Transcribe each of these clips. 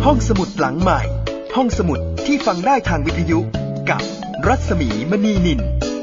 ห้องสมุดหลังใหม่ห้องสมุดที่ฟังได้ทางวิทยุกับรัศมีมณีนิน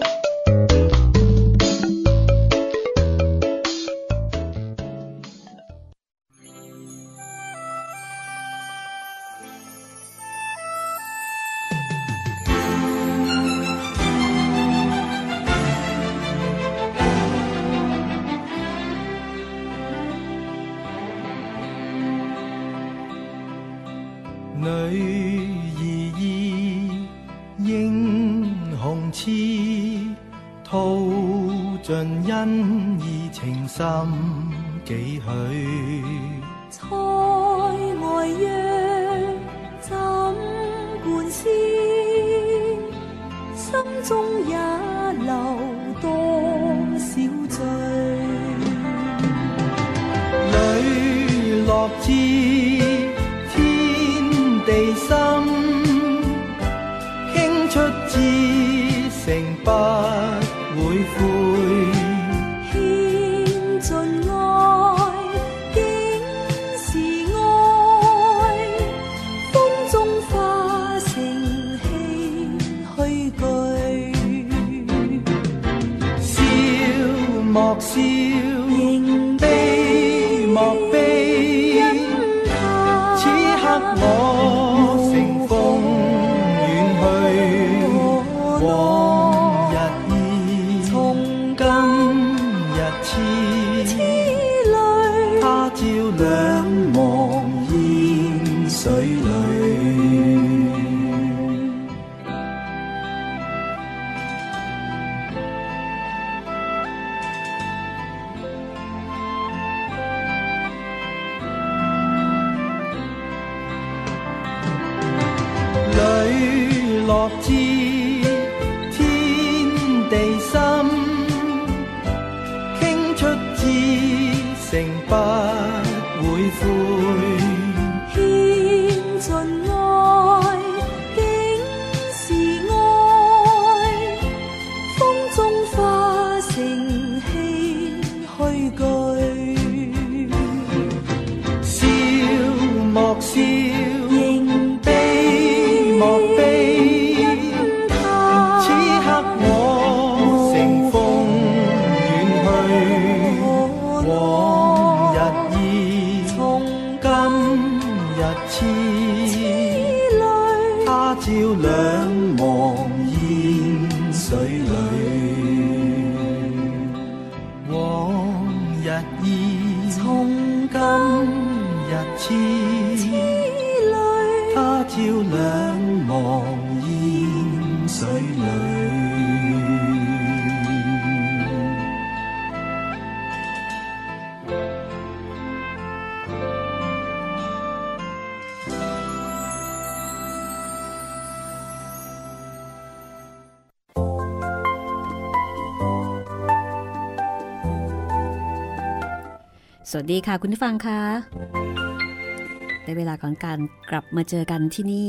สวัสดีค่ะคุณผู้ฟังค่ะได้เวลาของการกลับมาเจอกันที่นี่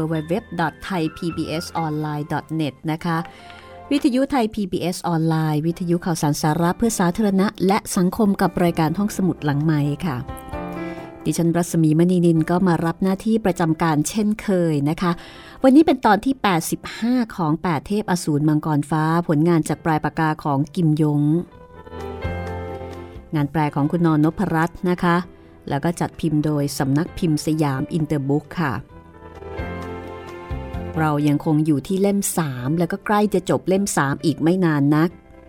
www.thaipbsonline.net นะคะวิทยุไทย PBS ออนไลน์วิทยุข่าวสารสาระเพื่อสาธารณะและสังคมกับรายการห้องสมุดหลังไมค์ค่ะดิฉันรัศมีมณีนินก็มารับหน้าที่ประจำการเช่นเคยนะคะวันนี้เป็นตอนที่85ของ8เทพอสูรมังกรฟ้าผลงานจากปลายปากกาของกิมยงงานแปลของคุณนนพรัตน์นะคะแล้วก็จัดพิมพ์โดยสำนักพิมพ์สยามอินเตอร์บุ๊กค่ะเรายังคงอยู่ที่เล่ม3แล้วก็ใกล้จะจบเล่ม3อีกไม่นานนัก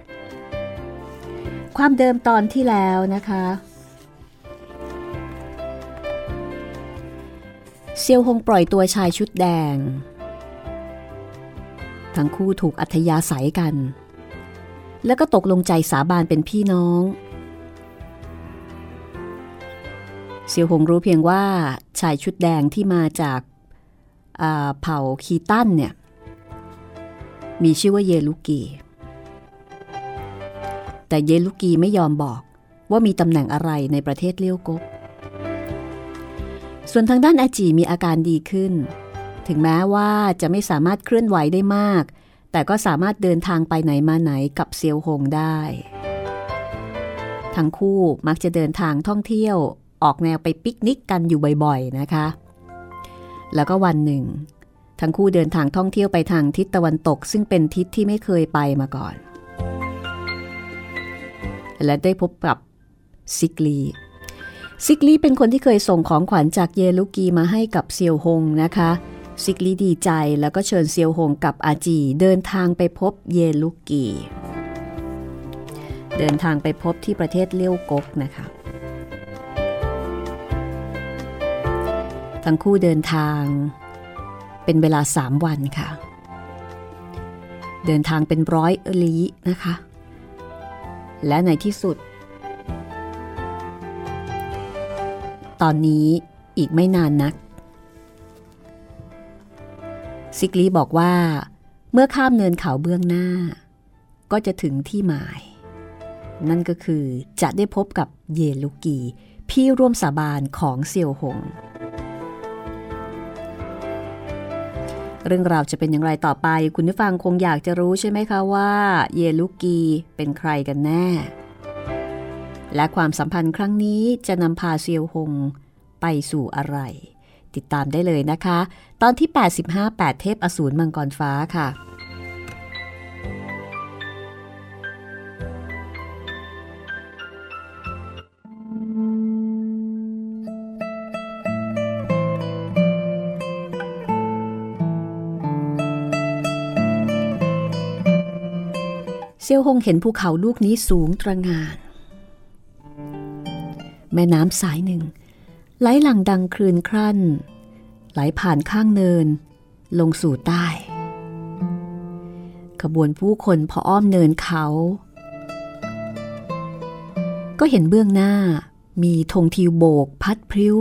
ความเดิมตอนที่แล้วนะคะเซียวฮงปล่อยตัวชายชุดแดงทั้งคู่ถูกอัธยาศัยกันแล้วก็ตกลงใจสาบานเป็นพี่น้องเซียวฮงรู้เพียงว่าชายชุดแดงที่มาจากเผ่าคีตันเนี่ยมีชื่อว่าเยลุกีแต่เยลุกีไม่ยอมบอกว่ามีตำแหน่งอะไรในประเทศเลี้ยวก๊กส่วนทางด้านอาจีมีอาการดีขึ้นถึงแม้ว่าจะไม่สามารถเคลื่อนไหวได้มากแต่ก็สามารถเดินทางไปไหนมาไหนกับเซียวฮงได้ทั้งคู่มักจะเดินทางท่องเที่ยวออกแนวไปปิกนิกกันอยู่บ่อยๆนะคะแล้วก็วันหนึ่งทั้งคู่เดินทางท่องเที่ยวไปทางทิศตะวันตกซึ่งเป็นทิศที่ไม่เคยไปมาก่อนและได้พบกับซิกลีเป็นคนที่เคยส่งของขวัญจากเยลุกีมาให้กับเซียวฮงนะคะซิกลีดีใจแล้วก็เชิญเซียวฮงกับอาจีเดินทางไปพบเยลุกีเดินทางไปพบที่ประเทศเลี้ยวก๊กนะคะทั้งคู่เดินทางเป็นเวลา3 วันค่ะเดินทางเป็น100 ลี้นะคะและในที่สุดตอนนี้อีกไม่นานนักซิกลีบอกว่าเมื่อข้ามเนินเขาเบื้องหน้าก็จะถึงที่หมายนั่นก็คือจะได้พบกับเยลุกีพี่ร่วมสาบานของเซียวหงเรื่องราวจะเป็นอย่างไรต่อไปคุณผู้ฟังคงอยากจะรู้ใช่ไหมคะว่าเยลุกีเป็นใครกันแน่และความสัมพันธ์ครั้งนี้จะนำพาเซียวหงไปสู่อะไรติดตามได้เลยนะคะตอนที่85 8เทพอสูรมังกรฟ้าค่ะเซียวหงเห็นภูเขาลูกนี้สูงตระหง่านแม่น้ำสายหนึ่งไหลหลั่งดังคลื่นครั่นไหลผ่านข้างเนินลงสู่ใต้ขบวนผู้คนพออ้อมเนินเขาก็เห็นเบื้องหน้ามีธงทิวโบกพัดพริ้ว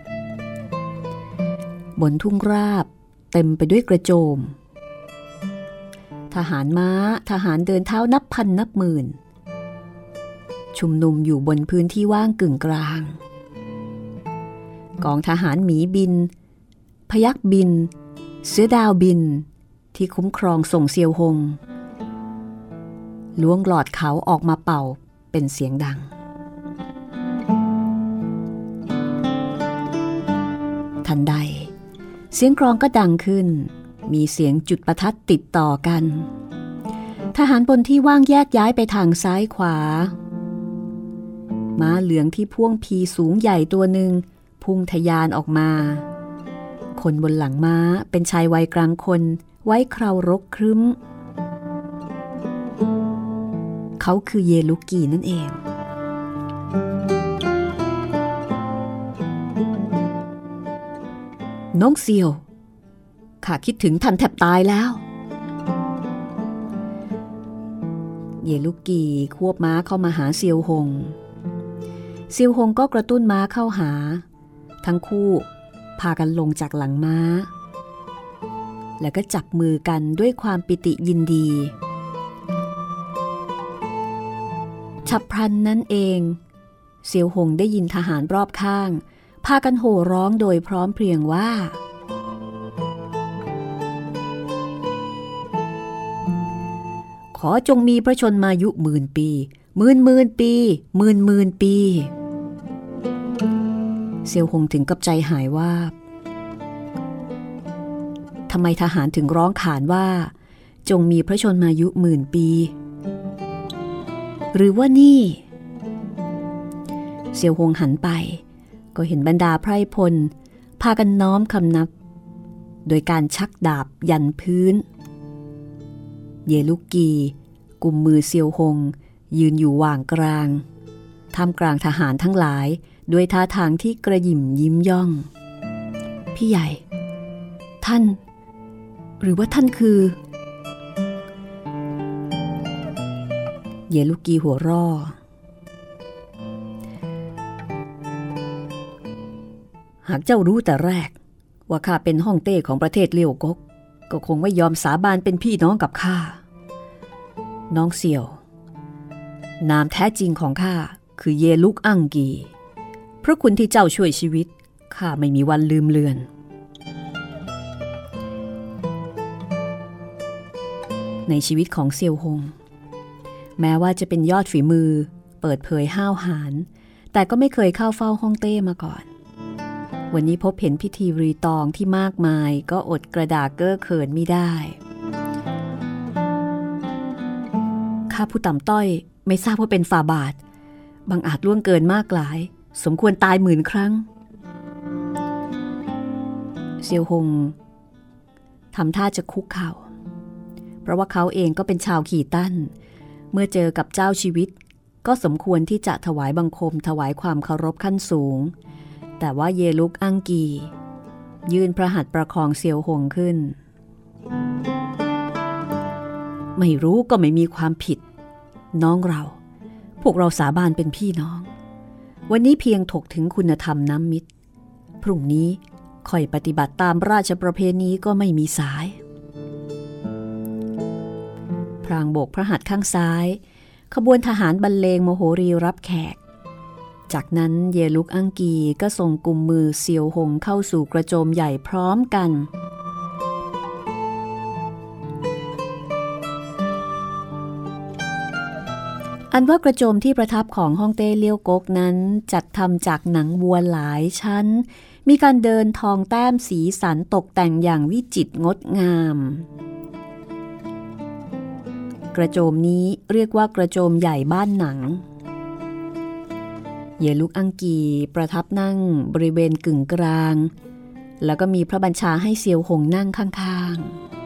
บนทุ่งราบเต็มไปด้วยกระโจมทหารม้าทหารเดินเท้านับพันนับหมื่นชุมนุมอยู่บนพื้นที่ว่างกึ่งกลางกองทหารหมีบินพยัคฆ์บินเสือดาวบินที่คุ้มครองส่งเซียวหงล้วงหลอดเขาออกมาเป่าเป็นเสียงดังทันใดเสียงกลองก็ดังขึ้นมีเสียงจุดประทัดติดต่อกันทหารบนที่ว่างแยกย้ายไปทางซ้ายขวาม้าเหลืองที่พ่วงพีสูงใหญ่ตัวหนึ่งพุ่งทะยานออกมาคนบนหลังม้าเป็นชายวัยกลางคนไว้เครารกครึ้มเขาคือเยลุกีนั่นเองน้องเซียวข้าคิดถึงท่านแทบตายแล้วเยลุกีควบม้าเข้ามาหาเซียวหงก็กระตุ้นม้าเข้าหาทั้งคู่พากันลงจากหลังม้าแล้วก็จับมือกันด้วยความปิติยินดีฉับพลันนั้นเองเซียวหงได้ยินทหารรอบข้างพากันโห่ร้องโดยพร้อมเพรียงว่าขอจงมีพระชนมายุ10,000 ปีหมื่นปีหมื่นปีเซียวหงถึงกับใจหายวาบทำไมทหารถึงร้องขานว่าจงมีพระชนมายุ10,000 ปีหรือว่านี่เซียวหงหันไปก็เห็นบรรดาไพร่พลพากันน้อมคำนับโดยการชักดาบยันพื้นเยลุกีกุมมือเซียวหงยืนอยู่ว่างกลางท่ามกลางทหารทั้งหลายด้วยท่าทางที่กระหยิ่มยิ้มย่องพี่ใหญ่ท่านหรือว่าท่านคือเยลุกีหัวร่อหากเจ้ารู้แต่แรกว่าข้าเป็นฮ่องเต้ของประเทศเลี้ยวก๊กก็คงไม่ยอมสาบานเป็นพี่น้องกับข้าน้องเสี่ยวนามแท้จริงของข้าคือเยลุกอั้งกีเพราะคุณที่เจ้าช่วยชีวิตข้าไม่มีวันลืมเลือนในชีวิตของเซียวหงแม้ว่าจะเป็นยอดฝีมือเปิดเผยห้าวหาญแต่ก็ไม่เคยเข้าเฝ้าฮ่องเต้มาก่อนวันนี้พบเห็นพิธีรีตองที่มากมายก็อดกระดากเก้อเขินไม่ได้ข้าผู้ต่ำต้อยไม่ทราบว่าเป็นฝ่าบาทบังอาจล่วงเกินมากหลายสมควรตาย10,000 ครั้งเซียวหงทำท่าจะคุกเข่าเพราะว่าเขาเองก็เป็นชาวขี่ตั้นเมื่อเจอกับเจ้าชีวิตก็สมควรที่จะถวายบังคมถวายความเคารพขั้นสูงแต่ว่าเยลุกอังกียื่นพระหัตถ์ประคองเซียวหงขึ้นไม่รู้ก็ไม่มีความผิดน้องเราพวกเราสาบานเป็นพี่น้องวันนี้เพียงถกถึงคุณธรรมน้ำมิตรพรุ่งนี้ค่อยปฏิบัติตามราชประเพณีก็ไม่มีสายพรางโบกพระหัตถ์ข้างซ้ายขบวนทหารบรรเลงโมโหรีรับแขกจากนั้นเยลุกอังกีก็ส่งกุมมือเซียวหงเข้าสู่กระโจมใหญ่พร้อมกันอันว่ากระโจมที่ประทับของฮ่องเต้เลี้ยวก๊กนั้นจัดทำจากหนังวัวหลายชั้นมีการเดินทองแต้มสีสันตกแต่งอย่างวิจิตรงดงามกระโจมนี้เรียกว่ากระโจมใหญ่บ้านหนังเยลุกอังกีประทับนั่งบริเวณกึ่งกลางแล้วก็มีพระบัญชาให้เซียวหงนั่งข้าง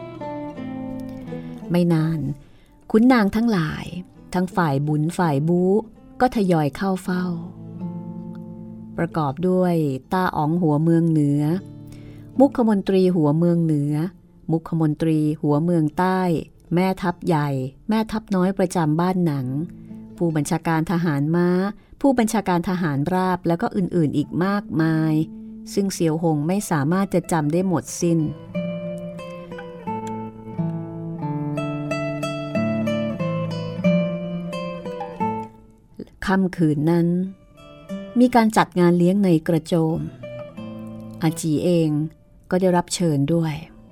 ๆไม่นานขุนนางทั้งหลายทั้งฝ่ายบุญฝ่ายบู๊ก็ทยอยเข้าเฝ้าประกอบด้วยต้าอ๋องหัวเมืองเหนือมุขมนตรีหัวเมืองเหนือมุขมนตรีหัวเมืองใต้แม่ทัพใหญ่แม่ทัพน้อยประจำบ้านหนังผู้บัญชาการทหารม้าผู้บัญชาการทหารราบแล้วก็อื่นๆอีกมากมายซึ่งเซียวหงไม่สามารถจะจำได้หมดสิ้นค่ำคืนนั้นมีการจัดงานเลี้ยงในกระโจมอาจีเองก็ได้รับเชิญด้วย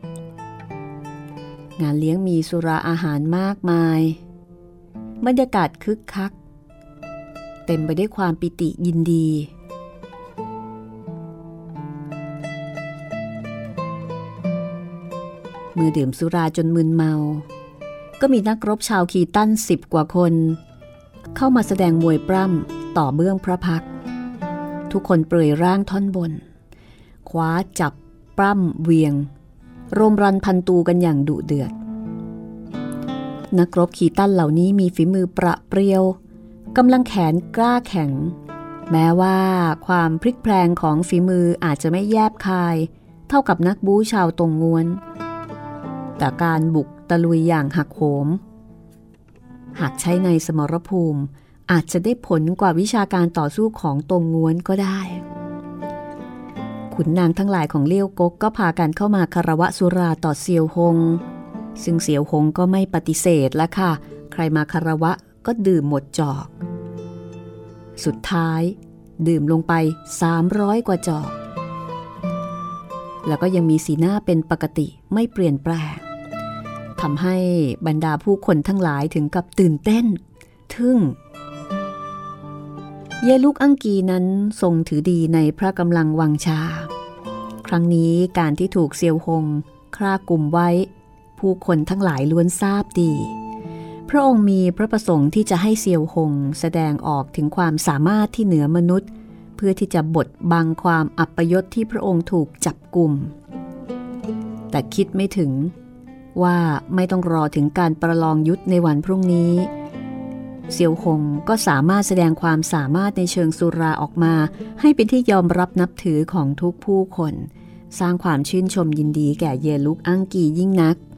งานเลี้ยงมีสุราอาหารมากมายบรรยากาศคึกคักเต็มไปด้วยความปิติยินดีเมื่อดื่มสุราจนมึนเมาก็มีนักรบชาวคีตั้น10 กว่าคนเข้ามาแสดงมวยปล้ำต่อเบื้องพระพักตร์ทุกคนเปลือยร่างท่อนบนคว้าจับปล้ำเวียงรมรันพันตูกันอย่างดุเดือดนักรบคีตั้นเหล่านี้มีฝีมือประเปรียวกำลังแขนกล้าแข็งแม้ว่าความพลิกแพลงของฝีมืออาจจะไม่แยบคายเท่ากับนักบู๊ชาวตงงวนแต่การบุกตะลุยอย่างหักโหมหากใช้ในสมรภูมิอาจจะได้ผลกว่าวิชาการต่อสู้ของตงงวนก็ได้ขุนนางทั้งหลายของเลี้ยวก๊กก็พากันเข้ามาคารวะสุราต่อเซียวหงซึ่งเซียวหงก็ไม่ปฏิเสธละค่ะใครมาคารวะก็ดื่มหมดจอกสุดท้ายดื่มลงไป300 กว่าจอกแล้วก็ยังมีสีหน้าเป็นปกติไม่เปลี่ยนแปลงทำให้บรรดาผู้คนทั้งหลายถึงกับตื่นเต้นทึ่งเยลุกอังกีนั้นทรงถือดีในพระกำลังวังชาครั้งนี้การที่ถูกเซียวหงคร่ากลุ่มไว้ผู้คนทั้งหลายล้วนทราบดีพระองค์มีพระประสงค์ที่จะให้เซียวหงแสดงออกถึงความสามารถที่เหนือมนุษย์เพื่อที่จะบดบังความอัปยศที่พระองค์ถูกจับกุมแต่คิดไม่ถึงว่าไม่ต้องรอถึงการประลองยุทธในวันพรุ่งนี้เซียวหงก็สามารถแสดงความสามารถในเชิงสุราออกมาให้เป็นที่ยอมรับนับถือของทุกผู้คนสร้างความชื่นชมยินดีแก่เยลุกอังกียิ่งนัก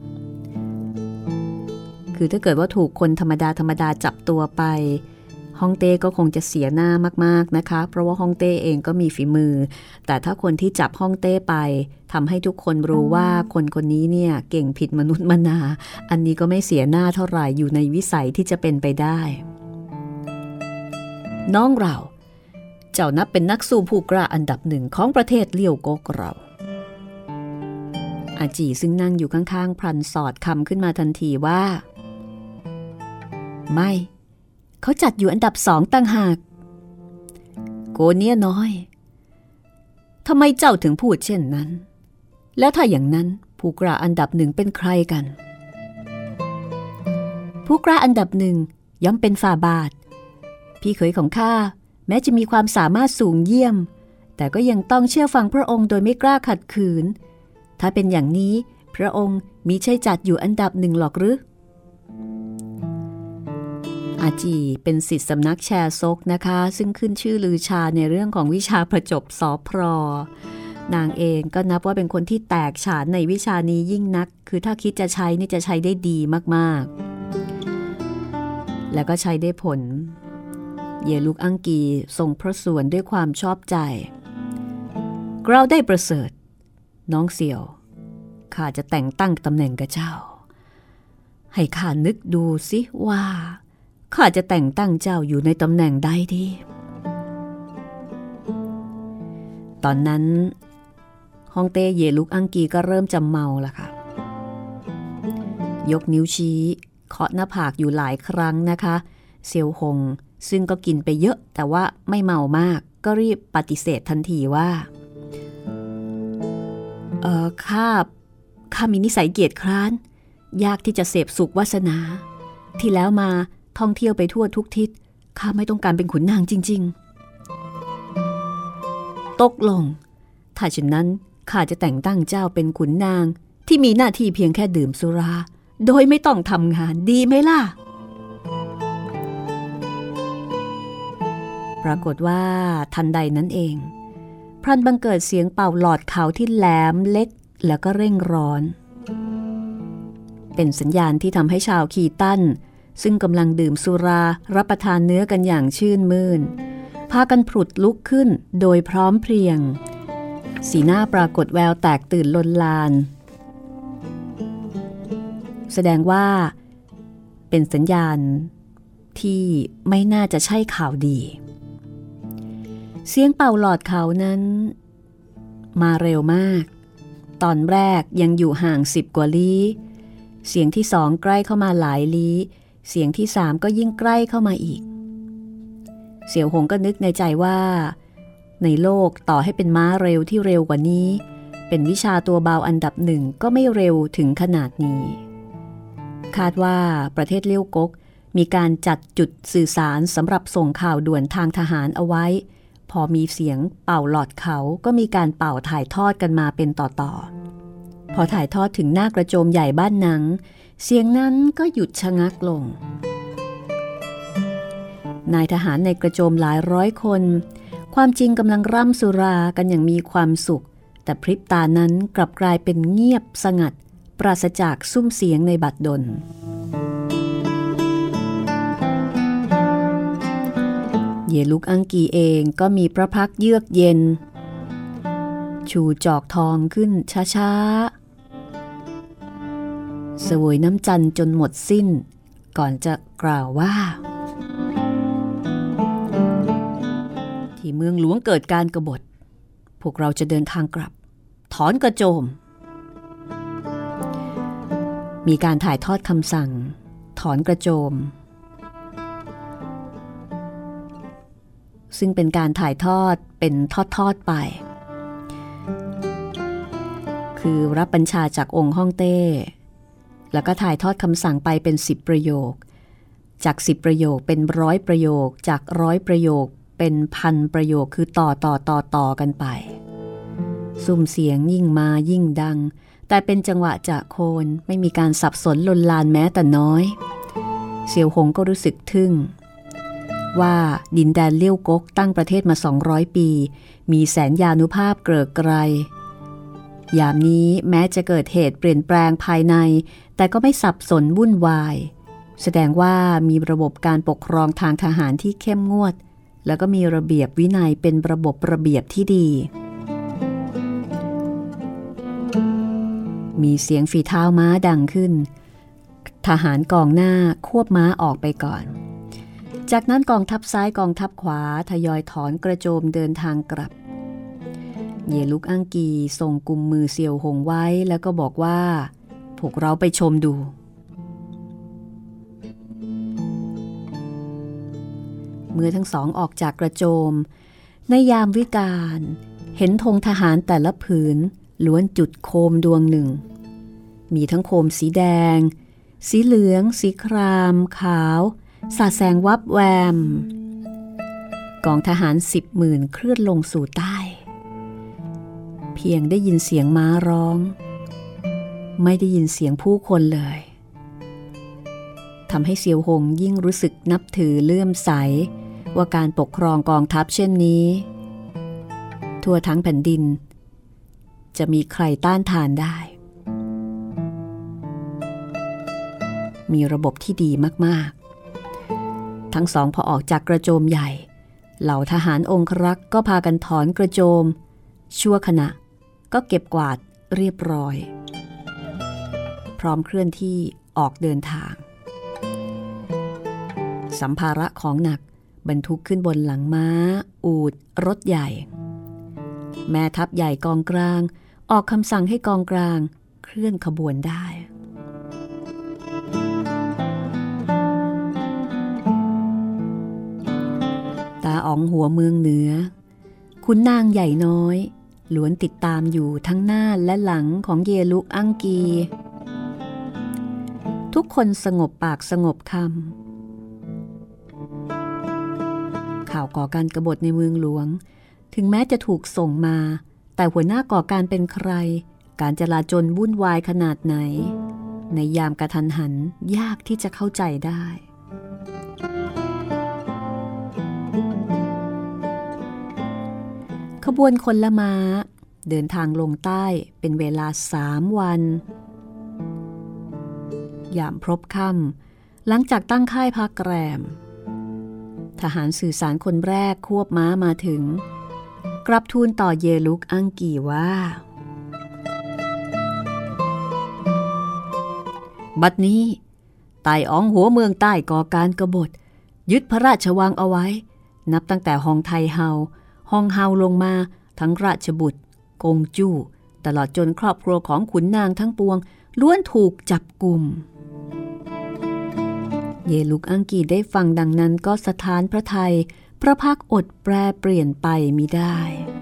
คือถ้าเกิดว่าถูกคนธรรมดาจับตัวไปฮ่องเต้ก็คงจะเสียหน้ามากๆนะคะเพราะว่าฮ่องเต้เองก็มีฝีมือแต่ถ้าคนที่จับฮ่องเต้ไปทำให้ทุกคนรู้ว่าคนคนนี้เนี่ยเก่งผิดมนุษย์มนาอันนี้ก็ไม่เสียหน้าเท่าไหร่อยู่ในวิสัยที่จะเป็นไปได้น้องเราเจ้านับเป็นนักสู้ผู้กล้าอันดับ1ของประเทศเลี้ยวก๊กเราอาจีซึ่งนั่งอยู่ข้างๆพลันสอดคำขึ้นมาทันทีว่าไม่เขาจัดอยู่อันดับ2ต่างหากโกเนียน้อยทำไมเจ้าถึงพูดเช่นนั้นแล้วถ้าอย่างนั้นผู้กล้าอันดับหนึ่งเป็นใครกันผู้กล้าอันดับหนึ่งย่อมเป็นฝ่าบาทพี่เขยของข้าแม้จะมีความสามารถสูงเยี่ยมแต่ก็ยังต้องเชื่อฟังพระองค์โดยไม่กล้าขัดขืนถ้าเป็นอย่างนี้พระองค์มิใช่จัดอยู่อันดับหนึ่งหรอกหรืออาจีเป็นศิษย์สำนักแชซกนะคะซึ่งขึ้นชื่อลือชาในเรื่องของวิชาประจบสอพรนางเองก็นับว่าเป็นคนที่แตกฉานในวิชานี้ยิ่งนักคือถ้าคิดจะใช้นี่จะใช้ได้ดีมากๆแล้วก็ใช้ได้ผลเยลุกอังกีทรงพระส่วนด้วยความชอบใจเราได้ประเสริฐน้องเสี่ยวข้าจะแต่งตั้งตำแหน่งกับเจ้าให้ข้านึกดูสิว่าข้าจะแต่งตั้งเจ้าอยู่ในตำแหน่งใดดีตอนนั้นฮองเต้เยลุกอังกีก็เริ่มจะเมาละค่ะยกนิ้วชี้เคาะหน้าผากอยู่หลายครั้งนะคะเซียวหงซึ่งก็กินไปเยอะแต่ว่าไม่เมามากก็รีบปฏิเสธทันทีว่าข้ามีนิสัยเกียจคร้านยากที่จะเสพสุขวาสนาที่แล้วมาท่องเที่ยวไปทั่วทุกทิศข้าไม่ต้องการเป็นขุนนางจริงๆตกลงถ้าเช่นนั้นข้าจะแต่งตั้งเจ้าเป็นขุนนางที่มีหน้าที่เพียงแค่ดื่มสุราโดยไม่ต้องทำงานดีไหมล่ะปรากฏว่าทันใดนั้นเองพลันบังเกิดเสียงเป่าหลอดเขาที่แหลมเล็กแล้วก็เร่งร้อนเป็นสัญญาณที่ทำให้ชาวคีตันซึ่งกำลังดื่มสุรารับประทานเนื้อกันอย่างชื่นมื่นพากันผุดลุกขึ้นโดยพร้อมเพรียงสีหน้าปรากฏแววแตกตื่นลนลานแสดงว่าเป็นสัญญาณที่ไม่น่าจะใช่ข่าวดีเสียงเป่าหลอดเขานั้นมาเร็วมากตอนแรกยังอยู่ห่าง10 กว่าลี้เสียงที่2ใกล้เข้ามาหลายลี้เสียงที่3ก็ยิ่งใกล้เข้ามาอีกเสี่ยวหงก็นึกในใจว่าในโลกต่อให้เป็นม้าเร็วที่เร็วกว่านี้เป็นวิชาตัวเบาอันดับหนึ่งก็ไม่เร็วถึงขนาดนี้คาดว่าประเทศเลี้ยวก๊กมีการจัดจุดสื่อสารสำหรับส่งข่าวด่วนทางทหารเอาไว้พอมีเสียงเป่าหลอดเขาก็มีการเป่าถ่ายทอดกันมาเป็นต่อๆพอถ่ายทอดถึงหน้ากระโจมใหญ่บ้านหนังเสียงนั้นก็หยุดชะงักลงนายทหารในกระโจมหลายร้อยคนความจริงกำลังร่ำสุรากันอย่างมีความสุขแต่พริบตานั้นกลับกลายเป็นเงียบสงัดปราศจากซุ้มเสียงในบัดดลเยลุกอังกีเองก็มีพระพักเยือกเย็นชูจอกทองขึ้นช้าๆเสวยน้ำจันทร์จนหมดสิ้นก่อนจะกล่าวว่าที่เมืองหลวงเกิดการกบฏพวกเราจะเดินทางกลับถอนกระโจมมีการถ่ายทอดคำสั่งถอนกระโจมซึ่งเป็นการถ่ายทอดเป็นทอดๆไปคือรับบัญชาจากองค์ฮ่องเต้แล้วก็ถ่ายทอดคำสั่งไปเป็น10 ประโยคจาก10 ประโยคเป็น100 ประโยคจาก100 ประโยคเป็น1,000 ประโยคคือต่อกันไปซุ่มเสียงยิ่งมายิ่งดังแต่เป็นจังหวะจะโคนไม่มีการสับสนลนลานแม้แต่น้อยเสี่ยวหงก็รู้สึกทึ่งว่าดินแดนเลี้ยวก๊กตั้งประเทศมา200 ปีมีแสนยานุภาพเกริกไกรยามนี้แม้จะเกิดเหตุเปลี่ยนแปลงภายในแต่ก็ไม่สับสนวุ่นวายแสดงว่ามีระบบการปกครองทางทหารที่เข้มงวดแล้วก็มีระเบียบวินัยเป็นระบบระเบียบที่ดีมีเสียงฝีเท้าม้าดังขึ้นทหารกองหน้าควบม้าออกไปก่อนจากนั้นกองทัพซ้ายกองทัพขวาทยอยถอนกระโจมเดินทางกลับเยลุกอังกีส่งกุมมือเสี่ยวหงไว้แล้วก็บอกว่าพวกเราไปชมดูเมื่อทั้งสองออกจากกระโจมในยามวิกาลเห็นธงทหารแต่ละผืนล้วนจุดโคมดวงหนึ่งมีทั้งโคมสีแดงสีเหลืองสีครามขาวสาดแสงวับแวมกองทหาร10,000เคลื่อนลงสู่ใต้เพียงได้ยินเสียงม้าร้องไม่ได้ยินเสียงผู้คนเลยทำให้เซียวหงยิ่งรู้สึกนับถือเลื่อมใสว่าการปกครองกองทัพเช่นนี้ทั่วทั้งแผ่นดินจะมีใครต้านทานได้มีระบบที่ดีมากๆทั้งสองพอออกจากกระโจมใหญ่เหล่าทหารองครักษ์ก็พากันถอนกระโจมชั่วขณะก็เก็บกวาดเรียบร้อยพร้อมเคลื่อนที่ออกเดินทางสัมภาระของหนักบรรทุกขึ้นบนหลังม้าอูฐรถใหญ่แม่ทัพใหญ่กองกลางออกคำสั่งให้กองกลางเคลื่อนขบวนได้ตาอ๋องหัวเมืองเหนือขุนนางใหญ่น้อยล้วนติดตามอยู่ทั้งหน้าและหลังของเยลุกอังกีทุกคนสงบปากสงบคำข่าวก่อการกบฏในเมืองหลวงถึงแม้จะถูกส่งมาแต่หัวหน้าก่อการเป็นใครการจลาจลวุ่นวายขนาดไหนในยามกระทันหันยากที่จะเข้าใจได้ขบวนคนละม้าเดินทางลงใต้เป็นเวลา3 วันยามพรบค่ำหลังจากตั้งค่ายพักแรมทหารสื่อสารคนแรกควบม้ามาถึงกลับทูลต่อเยลุกอังกีว่าบัดนี้ไต่อ๋องหัวเมืองใต้ก่อการกบฏยึดพระราชวังเอาไว้นับตั้งแต่ฮองไทเฮาฮองเฮาลงมาทั้งราชบุตรกงจู้ตลอดจนครอบครัวของขุนนางทั้งปวงล้วนถูกจับกุมเยลุกอังกีได้ฟังดังนั้นก็สถานพระทัยพระพักอดแปรเปลี่ยนไปมิได้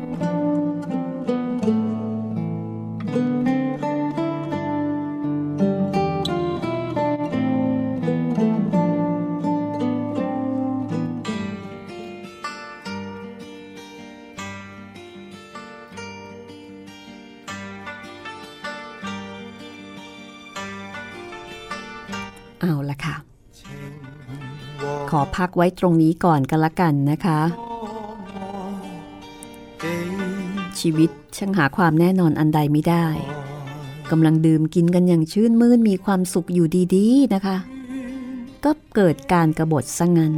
เอาละค่ะขอพักไว้ตรงนี้ก่อนกันละกันนะคะชีวิตช่างหาความแน่นอนอันใดไม่ได้กำลังดื่มกินกันอย่างชื่นมื่นมีความสุขอยู่ดีๆนะคะก็เกิดการกบฏซะงั้น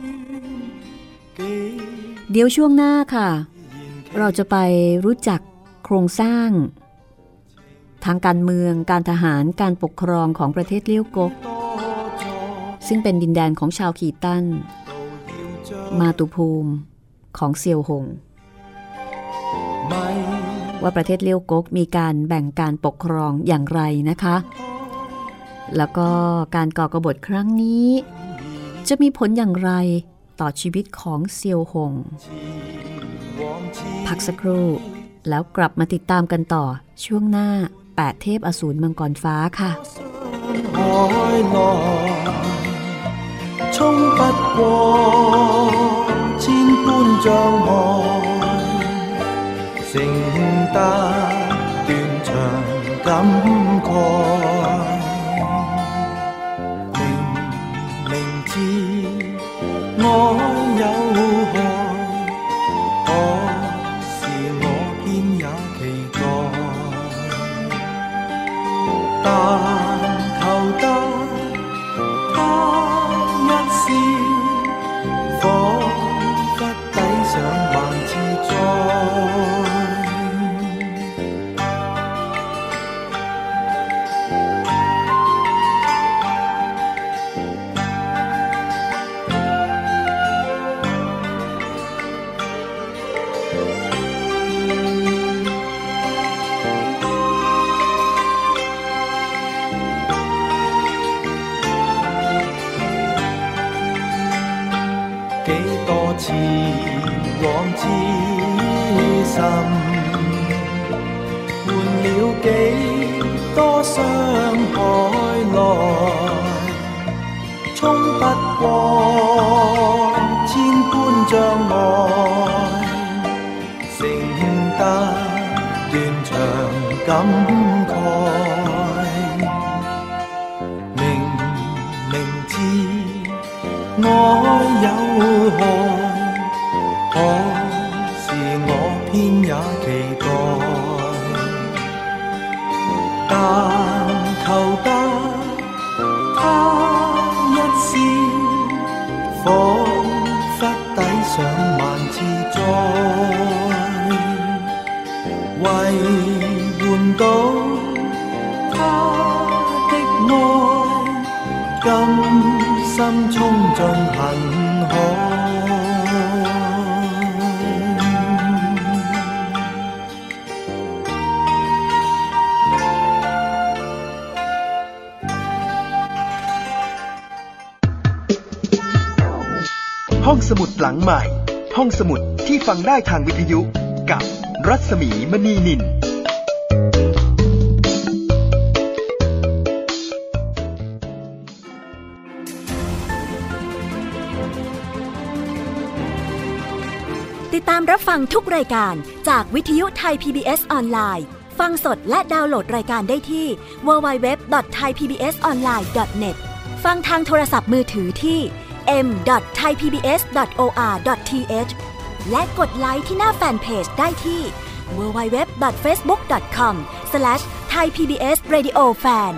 เดี๋ยวช่วงหน้าค่ะเราจะไปรู้จักโครงสร้างทางการเมืองการทหารการปกครองของประเทศเลี้ยวก๊กซึ่งเป็นดินแดนของชาวขีตันมาตุภูมิของเซียวหงว่าประเทศเลี้ยวก๊กมีการแบ่งการปกครองอย่างไรนะคะแล้วก็การก่อกบฏครั้งนี้จะมีผลอย่างไรต่อชีวิตของเซียวหงพักสักครู่แล้วกลับมาติดตามกันต่อช่วงหน้า8เทพอสูรมังกรฟ้าค่ะ衝不過千般障礙，承擔斷腸感慨。明明知愛有害，可是我偏也期待，但求得他彷彿抵上萬次災，幾多次往之心。 多傷海來，衝不過千般障礙，乘得斷腸感慨。明知愛有害，可是我偏也期待，但求得他一笑，彷彿抵上萬次災，為換到他的愛，甘心衝進恨海。 ห้องสมุดหลังใหม่ห้องสมุดที่ฟังได้ทางวิทยุกับรัศมีมณีนินติดตามรับฟังทุกรายการจากวิทยุไทย PBS ออนไลน์ฟังสดและดาวน์โหลดรายการได้ที่ www.thaipbsonline.net ฟังทางโทรศัพท์มือถือที่m.thaipbs.or.th และกดไลค์ที่หน้าแฟนเพจได้ที่ www.facebook.com/thaipbsradiofan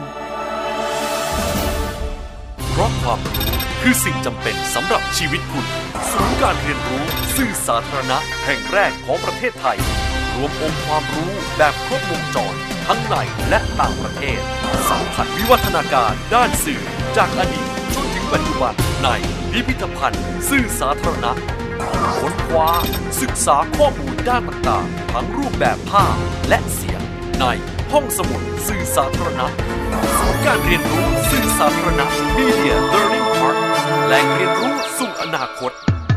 เพราะความรู้คือสิ่งจำเป็นสำหรับชีวิตคุณศูนย์การเรียนรู้สื่อสาธารณะแห่งแรกของประเทศไทยรวมองค์ความรู้แบบครบวงจรทั้งในและต่างประเทศสัมผัสวิวัฒนาการด้านสื่อจากอดีตจนถึงปัจจุบันในพิพิธภัณฑ์สื่อสาธารณะค้นคว้าศึกษาข้อมูลด้านต่างๆทั้งรูปแบบภาพและเสียงในห้องสมุดสื่อสาธารณะศูนย์การเรียนรู้สื่อสาธารณะ Media Learning Park แหล่งเรียนรู้สู่อนาคต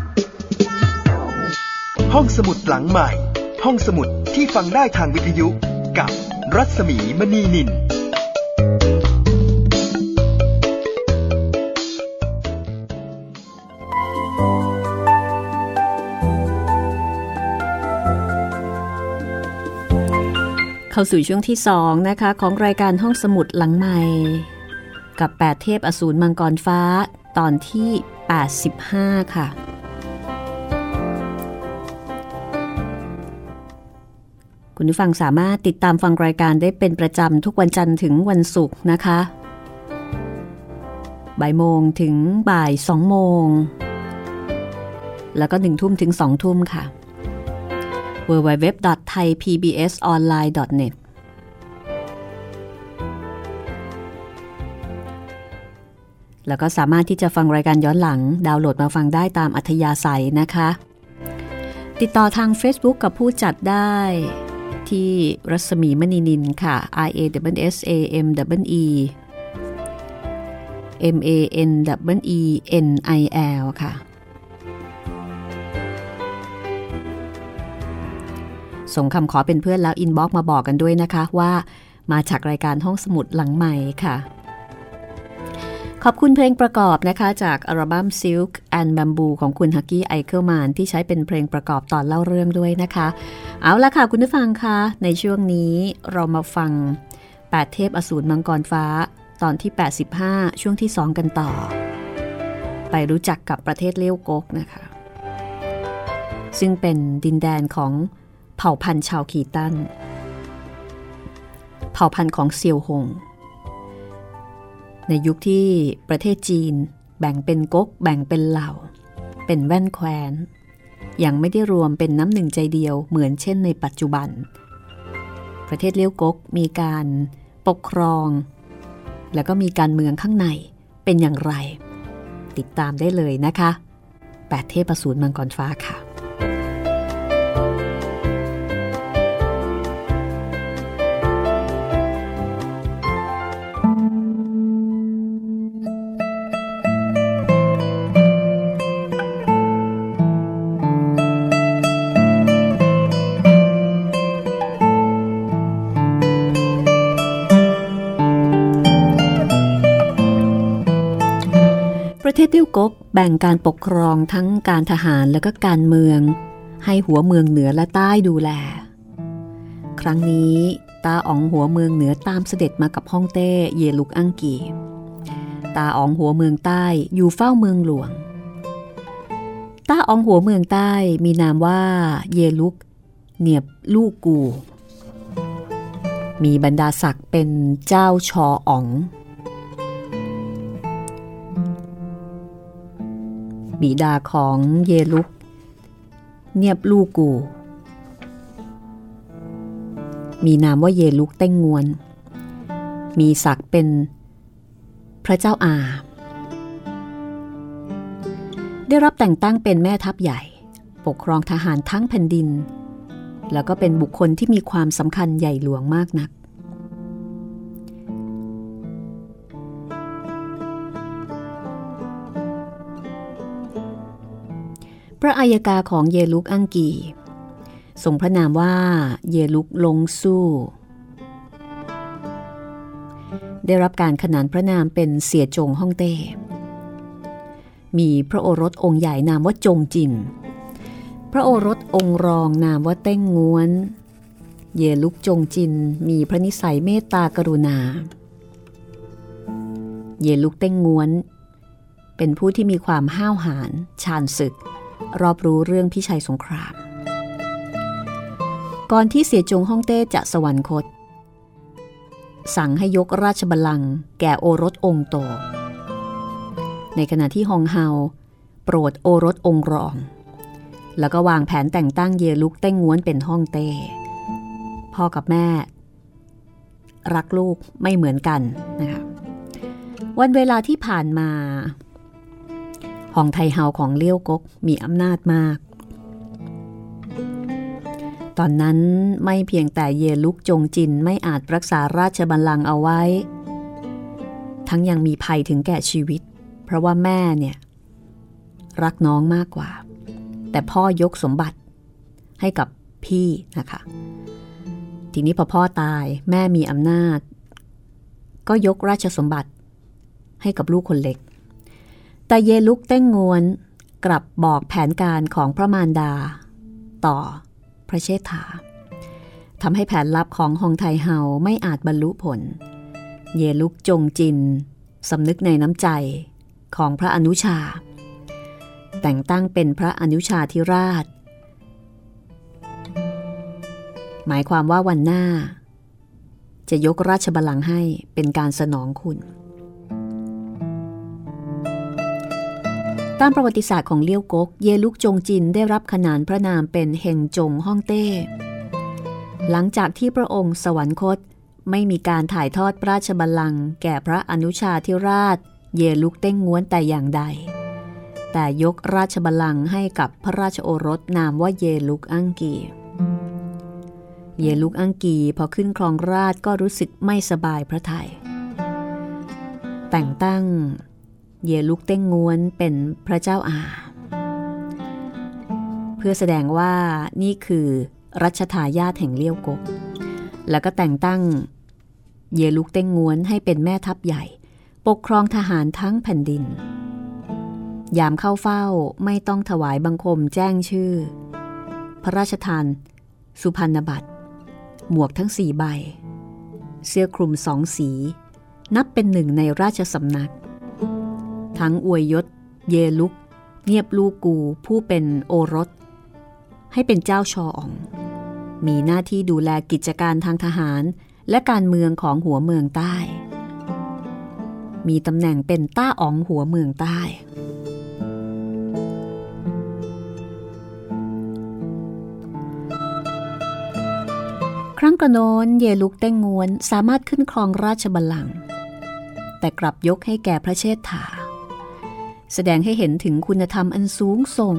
ห้องสมุดหลังใหม่ห้องสมุดที่ฟังได้ทางวิทยุกับรัศมีมณีนินเข้าสู่ช่วงที่2นะคะของรายการห้องสมุดหลังใหม่กับ8เทพอสูรมังกรฟ้าตอนที่85ค่ะคุณผู้ฟังสามารถติดตามฟังรายการได้เป็นประจำทุกวันจันทร์ถึงวันศุกร์นะคะบ่ายโมงถึงบ่าย2โมงแล้วก็1ทุ่มถึง2ทุ่มค่ะwww.thaipbsonline.net แล้วก็สามารถที่จะฟังรายการย้อนหลังดาวน์โหลดมาฟังได้ตามอัธยาศัยนะคะติดต่อทาง Facebook กับผู้จัดได้ที่รัศมีมณีนินค่ะ RASSAMEMANENIL ค่ะส่งคำขอเป็นเพื่อนแล้วอินบ็อกซ์มาบอกกันด้วยนะคะว่ามาจากรายการห้องสมุดหลังใหม่ค่ะขอบคุณเพลงประกอบนะคะจากอัลบั้ม Silk and Bamboo ของคุณฮักกี้ไอเคิลแมนที่ใช้เป็นเพลงประกอบตอนเล่าเรื่องด้วยนะคะเอาละค่ะคุณผู้ฟังคะในช่วงนี้เรามาฟัง8เทพอสูรมังกรฟ้าตอนที่85ช่วงที่2กันต่อไปรู้จักกับประเทศเลี้ยวก๊กนะคะซึ่งเป็นดินแดนของเผ่าพันธุ์ชาวคีตันเผ่าพันธุ์ของเซียวหงในยุคที่ประเทศจีนแบ่งเป็นก๊กแบ่งเป็นเหล่าเป็นแว่นแคว้นยังไม่ได้รวมเป็นน้ำหนึ่งใจเดียวเหมือนเช่นในปัจจุบันประเทศเลี้ยวก๊กมีการปกครองแล้วก็มีการเมืองข้างในเป็นอย่างไรติดตามได้เลยนะคะ8เทพอสูรมังกรฟ้าค่ะเทศลิ้วก๊กแบ่งการปกครองทั้งการทหารและก็การเมืองให้หัวเมืองเหนือและใต้ดูแลครั้งนี้ตาอ๋องหัวเมืองเหนือตามเสด็จมากับฮ่องเต้เยลุกอังกีตาอ๋องหัวเมืองใต้อยู่เฝ้าเมืองหลวงตาอ๋องหัวเมืองใต้มีนามว่าเยลุกเนียบลูกกูมีบรรดาศักดิ์เป็นเจ้าชออ๋องบิดาของเยลุกเนียบลูกกูมีนามว่าเยลุกเต้งงวนมีศักดิ์เป็นพระเจ้าอาได้รับแต่งตั้งเป็นแม่ทัพใหญ่ปกครองทหารทั้งแผ่นดินแล้วก็เป็นบุคคลที่มีความสำคัญใหญ่หลวงมากนักพระอัยกาของเยลุกอังกีทรงพระนามว่าเยลุกลงสู้ได้รับการขนานพระนามเป็นเสี่ยจงฮ่องเต้มีพระโอรสองค์ใหญ่นามว่าจงจินพระโอรสองค์รองนามว่าเต้งง้วนเยลุกจงจินมีพระนิสัยเมตตากรุณาเยลุกเต้งง้วนเป็นผู้ที่มีความห้าวหาญชาญศึกรอบรู้เรื่องพิชัยสงครามก่อนที่เสี่ยจงฮ่องเต้จะสวรรคตสั่งให้ยกราชบัลลังก์แก่โอรสองค์โตในขณะที่ฮองเฮาโปรดโอรสองค์รองแล้วก็วางแผนแต่งตั้งเยลุกเต้งง้วนเป็นฮ่องเต้พ่อกับแม่รักลูกไม่เหมือนกันนะคะวันเวลาที่ผ่านมาฮองไทเฮาของเลี้ยวก๊กมีอำนาจมากตอนนั้นไม่เพียงแต่เยลุกจงจินไม่อาจรักษาราชบัลลังก์เอาไว้ทั้งยังมีภัยถึงแก่ชีวิตเพราะว่าแม่เนี่ยรักน้องมากกว่าแต่พ่อยกสมบัติให้กับพี่นะคะทีนี้พอพ่อตายแม่มีอำนาจก็ยกราชสมบัติให้กับลูกคนเล็กแต่เยลุกเต้งงวนกลับบอกแผนการของพระมารดาต่อพระเชษฐาทำให้แผนลับของฮองไทเฮาไม่อาจบรรลุผลเยลุกจงจินสำนึกในน้ำใจของพระอนุชาแต่งตั้งเป็นพระอนุชาธิราชหมายความว่าวันหน้าจะยกราชบัลลังก์ให้เป็นการสนองคุณตามประวัติศาสตร์ของเลี้ยวก๊กเยลุกจงจินได้รับขนานพระนามเป็นเฮงจงฮ่องเต้หลังจากที่พระองค์สวรรคตไม่มีการถ่ายทอดราชบัลลังก์แก่พระอนุชาธิราชเยลุกเต้งง้วนแต่อย่างใดแต่ยกราชบัลลังก์ให้กับพระราชโอรสนามว่าเยลุกอังกีเยลุกอังกีพอขึ้นครองราชย์ก็รู้สึกไม่สบายพระทัยแต่งตั้งเยลุกเต้งง้วนเป็นพระเจ้าอาเพื่อแสดงว่านี่คือรัชทายาทแห่งเลี้ยวก๊กแล้วก็แต่งตั้งเยลุกเต้งง้วนให้เป็นแม่ทัพใหญ่ปกครองทหารทั้งแผ่นดินยามเข้าเฝ้าไม่ต้องถวายบังคมแจ้งชื่อพระราชทานสุพรรณบัตรหมวกทั้ง4 ใบเสื้อคลุม2 สีนับเป็นหนึ่งในราชสำนักทั้งอวยยศเยลุกเนียบลูกกูผู้เป็นโอรสให้เป็นเจ้าชออ๋องมีหน้าที่ดูแลกิจการทางทหารและการเมืองของหัวเมืองใต้มีตำแหน่งเป็นต้าอ๋องหัวเมืองใต้ครั้งกระโน้นเยลุกเต้งง้วนสามารถขึ้นครองราชบัลลังก์แต่กลับยกให้แก่พระเชษฐาแสดงให้เห็นถึงคุณธรรมอันสูงส่ง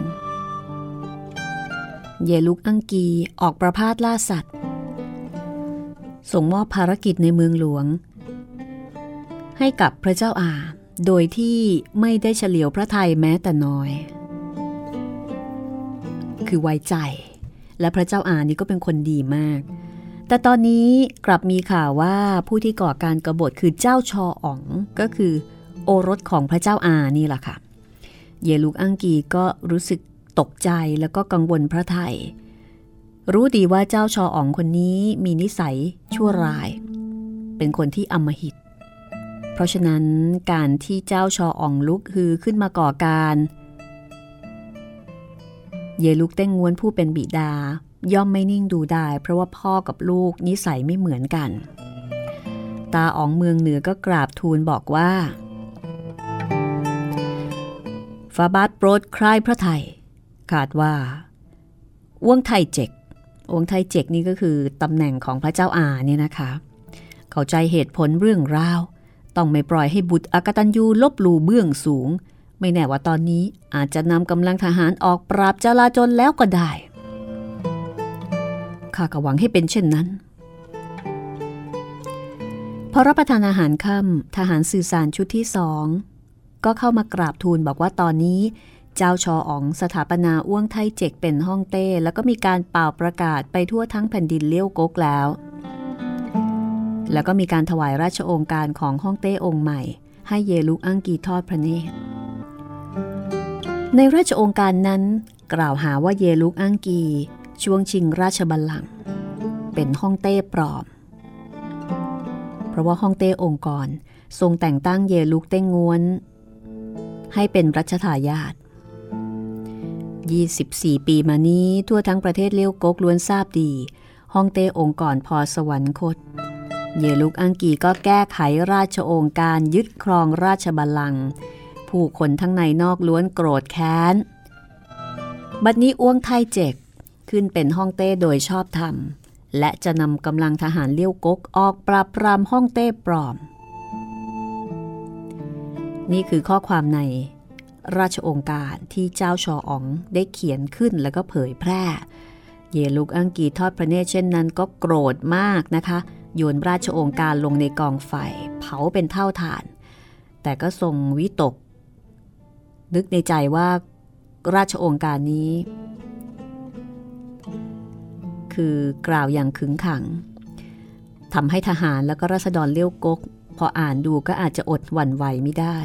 เยลุกอังกีออกประพาสล่าสัตว์ส่งมอบภารกิจในเมืองหลวงให้กับพระเจ้าอาโดยที่ไม่ได้เฉลียวพระทัยแม้แต่น้อยคือไว้ใจและพระเจ้าอานี่ก็เป็นคนดีมากแต่ตอนนี้กลับมีข่าวว่าผู้ที่ก่อการกบฏคือเจ้าชออ๋องก็คือโอรสของพระเจ้าอานี่แหละค่ะเยลูกอังกีก็รู้สึกตกใจแล้วก็กังวลพระทัยรู้ดีว่าเจ้าชออ๋องคนนี้มีนิสัยชั่วร้ายเป็นคนที่อำมหิตเพราะฉะนั้นการที่เจ้าชออ๋องลุกฮือขึ้นมาก่อการเยลูกเต้งง้วนผู้เป็นบิดาย่อมไม่นิ่งดูได้เพราะว่าพ่อกับลูกนิสัยไม่เหมือนกันตาอ๋องเมืองเหนือก็กราบทูลบอกว่าฝ่าบาทโปรดคลายพระทัยขาดว่าอ้วงไทเจกอ้วงไทเจกนี่ก็คือตำแหน่งของพระเจ้าอาเนี่ยนะคะเข้าใจเหตุผลเรื่องราวต้องไม่ปล่อยให้บุตรอกตัญญูลบหลู่เบื้องสูงไม่แน่ว่าตอนนี้อาจจะนำกำลังทหารออกปราบจลาจลแล้วก็ได้ข้าก็หวังให้เป็นเช่นนั้นพอรับประทานอาหารค่ำทหารสื่อสารชุดที่2ก็เข้ามากราบทูลบอกว่าตอนนี้เจ้าชออ๋องสถาปนาอ้วงไทเจกเป็นฮ่องเต้แล้วก็มีการเป่าประกาศไปทั่วทั้งแผ่นดินเลี้ยวก๊กแล้วก็มีการถวายราชโองการของฮ่องเต้องค์ใหม่ให้เยลูกอังกีทอดพระเนตรในราชโองการนั้นกล่าวหาว่าเยลูกอังกีช่วงชิงราชบัลลังก์เป็นฮ่องเต้องปลอมเพราะว่าฮ่องเต้องค์กรทรงแต่งตั้งเยลูกเต้งง้วนให้เป็นรัชทายาท24 ปีมานี้ทั่วทั้งประเทศเลี้ยวก๊กล้วนทราบดีฮ่องเต้องค์กรพอสวรรคตเยลูกอังกีก็แก้ไขราชโองการยึดครองราชบัลลังก์ผู้คนทั้งในนอกล้วนโกรธแค้นบัดนี้อ้วงไทเจกขึ้นเป็นฮ่องเต้โดยชอบธรรมและจะนำกำลังทหารเลี้ยวก๊กออกปราบปรามฮ่องเต้ปลอมนี่คือข้อความในราชโองการที่เจ้าชออ๋องได้เขียนขึ้นแล้วก็เผยแพร่เยลูกอังกีทอดพระเนตรเช่นนั้นก็โกรธมากนะคะโยนราชโองการลงในกองไฟเผาเป็นเท่าฐานแต่ก็ทรงวิตกนึกในใจว่าราชโองการนี้คือกล่าวอย่างขึงขังทำให้ทหารแล้วก็ราษฎรเลี้ยวก๊กพออ่านดูก็อาจจะอดหวั่นไหวไม่ได้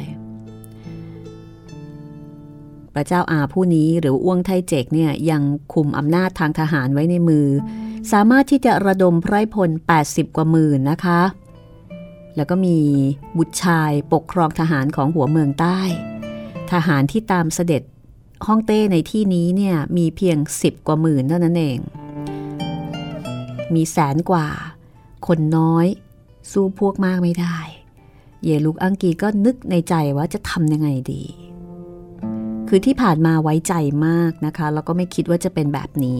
พระเจ้าอาผู้นี้หรืออ้วงไทเจกเนี่ยยังคุมอำนาจทางทหารไว้ในมือสามารถที่จะระดมไพร่พล80 กว่าหมื่นนะคะแล้วก็มีบุตรชายปกครองทหารของหัวเมืองใต้ทหารที่ตามเสด็จฮ่องเต้ในที่นี้เนี่ยมีเพียง10 กว่าหมื่นเท่านั้นเองมี100,000 กว่าคนน้อยสู้พวกมากไม่ได้เยลูกอังกีก็นึกในใจว่าจะทำยังไงดีคือที่ผ่านมาไว้ใจมากนะคะแล้วก็ไม่คิดว่าจะเป็นแบบนี้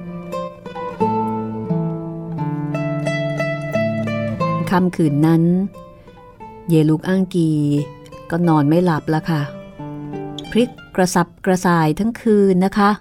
ค่ำคืนนั้นเยลูกอังกีก็นอนไม่หลับแล้วค่ะพลิกกระสับกระส่ายทั้งคืนนะคะ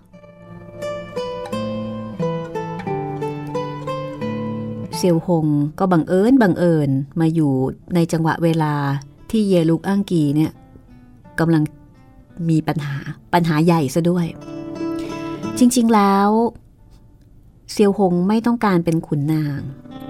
เซียวหงก็บังเอิญมาอยู่ในจังหวะเวลาที่เยลูกอังกีเนี่ยกำลังมีปัญหาใหญ่ซะด้วยจริงๆแล้วเซียวหงไม่ต้องการเป็นขุนนาง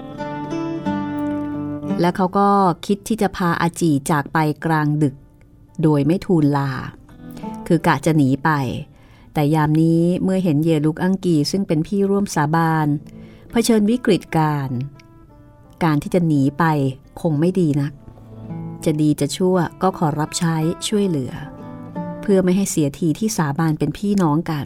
และเขาก็คิดที่จะพาอาจีจากไปกลางดึกโดยไม่ทูลลาคือกะจะหนีไปแต่ยามนี้เมื่อเห็นเยลูกอังกีซึ่งเป็นพี่ร่วมสาบานเผชิญวิกฤตการที่จะหนีไปคงไม่ดีนักจะดีจะชั่วก็ขอรับใช้ช่วยเหลือเพื่อไม่ให้เสียทีที่สาบานเป็นพี่น้องกัน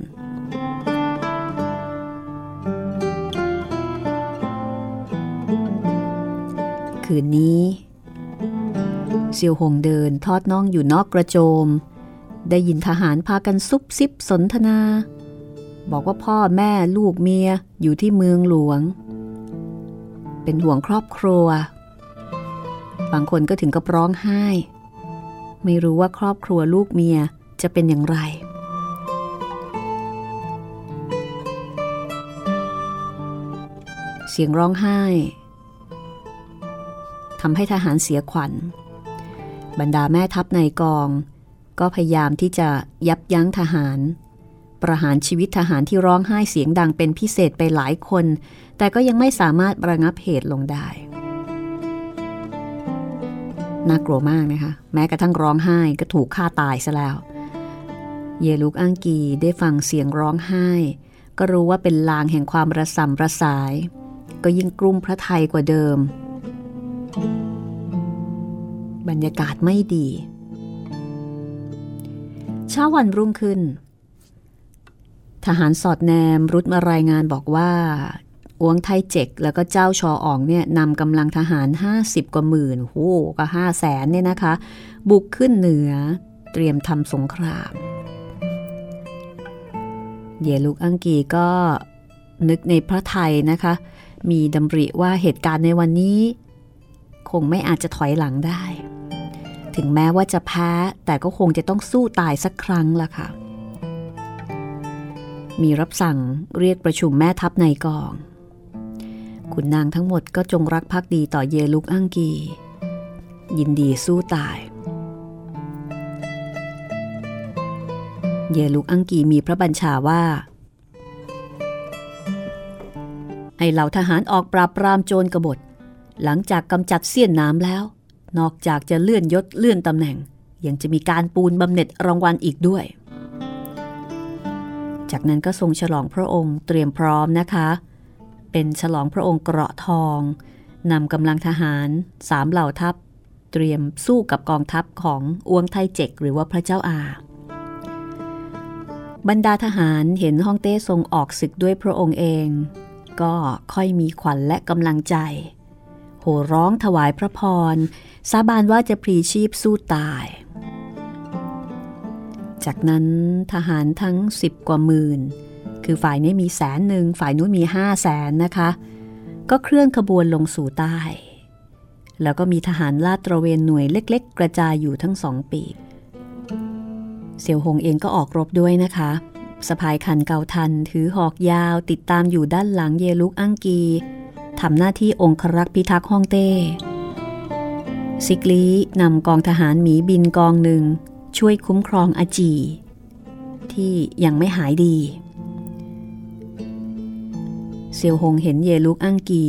คืนนี้เซียวหงเดินทอดน่องอยู่นอกกระโจมได้ยินทหารพากันซุบซิบสนทนาบอกว่าพ่อแม่ลูกเมียอยู่ที่เมืองหลวงเป็นห่วงครอบครัวบางคนก็ถึงกับร้องไห้ไม่รู้ว่าครอบครัวลูกเมียจะเป็นอย่างไรเสียงร้องไห้ทำให้ทหารเสียขวัญบรรดาแม่ทัพในกองก็พยายามที่จะยับยั้งทหารประหารชีวิตทหารที่ร้องไห้เสียงดังเป็นพิเศษไปหลายคนแต่ก็ยังไม่สามารถระงับเหตุลงได้น่ากลัวมากนะคะแม้กระทั่งร้องไห้ก็ถูกฆ่าตายซะแล้วเยลุกอังกีได้ฟังเสียงร้องไห้ก็รู้ว่าเป็นลางแห่งความระส่ำระสายก็ยิ่งกลุ้มพระทัยกว่าเดิมบรรยากาศไม่ดีเช้าวันรุ่งขึ้นทหารสอดแนมรุดมารายงานบอกว่าอวงไทเจ็กแล้วก็เจ้าชออ่องเนี่ยนำกำลังทหาร50 กว่าหมื่นโอ้ก็500,000เนี่ยนะคะบุกขึ้นเหนือเตรียมทำสงครามเยลุกอังกีก็นึกในพระทัยนะคะมีดำริว่าเหตุการณ์ในวันนี้คงไม่อาจจะถอยหลังได้ถึงแม้ว่าจะแพ้แต่ก็คงจะต้องสู้ตายสักครั้งละค่ะมีรับสั่งเรียกประชุมแม่ทัพในกองขุนนางทั้งหมดก็จงรักภักดีต่อเยลุกอังกียินดีสู้ตายเยลุกอังกีมีพระบัญชาว่าให้เหล่าทหารออกปราบปรามโจรกบฏหลังจากกำจัดเสี้ยนน้ำแล้วนอกจากจะเลื่อนยศเลื่อนตำแหน่งยังจะมีการปูนบำเหน็จรางวัลอีกด้วยจากนั้นก็ทรงฉลองพระองค์เตรียมพร้อมนะคะเป็นฉลองพระองค์เกราะทองนำกำลังทหาร3เหล่าทัพเตรียมสู้กับกองทัพของอวงไทเจ็กหรือว่าพระเจ้าอาบรรดาทหารเห็นฮ่องเต้ทรงออกศึกด้วยพระองค์เองก็ค่อยมีขวัญและกำลังใจโห่ร้องถวายพระพรสาบานว่าจะพลีชีพสู้ตายจากนั้นทหารทั้ง10 กว่าหมื่นคือฝ่ายนี้มี100,000ฝ่ายนู้นมี500,000นะคะก็เคลื่อนขบวนลงสู่ใต้แล้วก็มีทหารลาดตระเวนหน่วยเล็กๆกระจายอยู่ทั้ง2 ปีกเสี่ยวหงเองก็ออกรบด้วยนะคะสะพายขันเกาทันถือหอกยาวติดตามอยู่ด้านหลังเยลุกอังกีทำหน้าที่องครักษ์พิทักษ์ฮ่องเต้ซิกลีนำกองทหารหมีบินกองหนึ่งช่วยคุ้มครองอาจีที่ยังไม่หายดีเสี่ยวหงเห็นเยลุกอังกี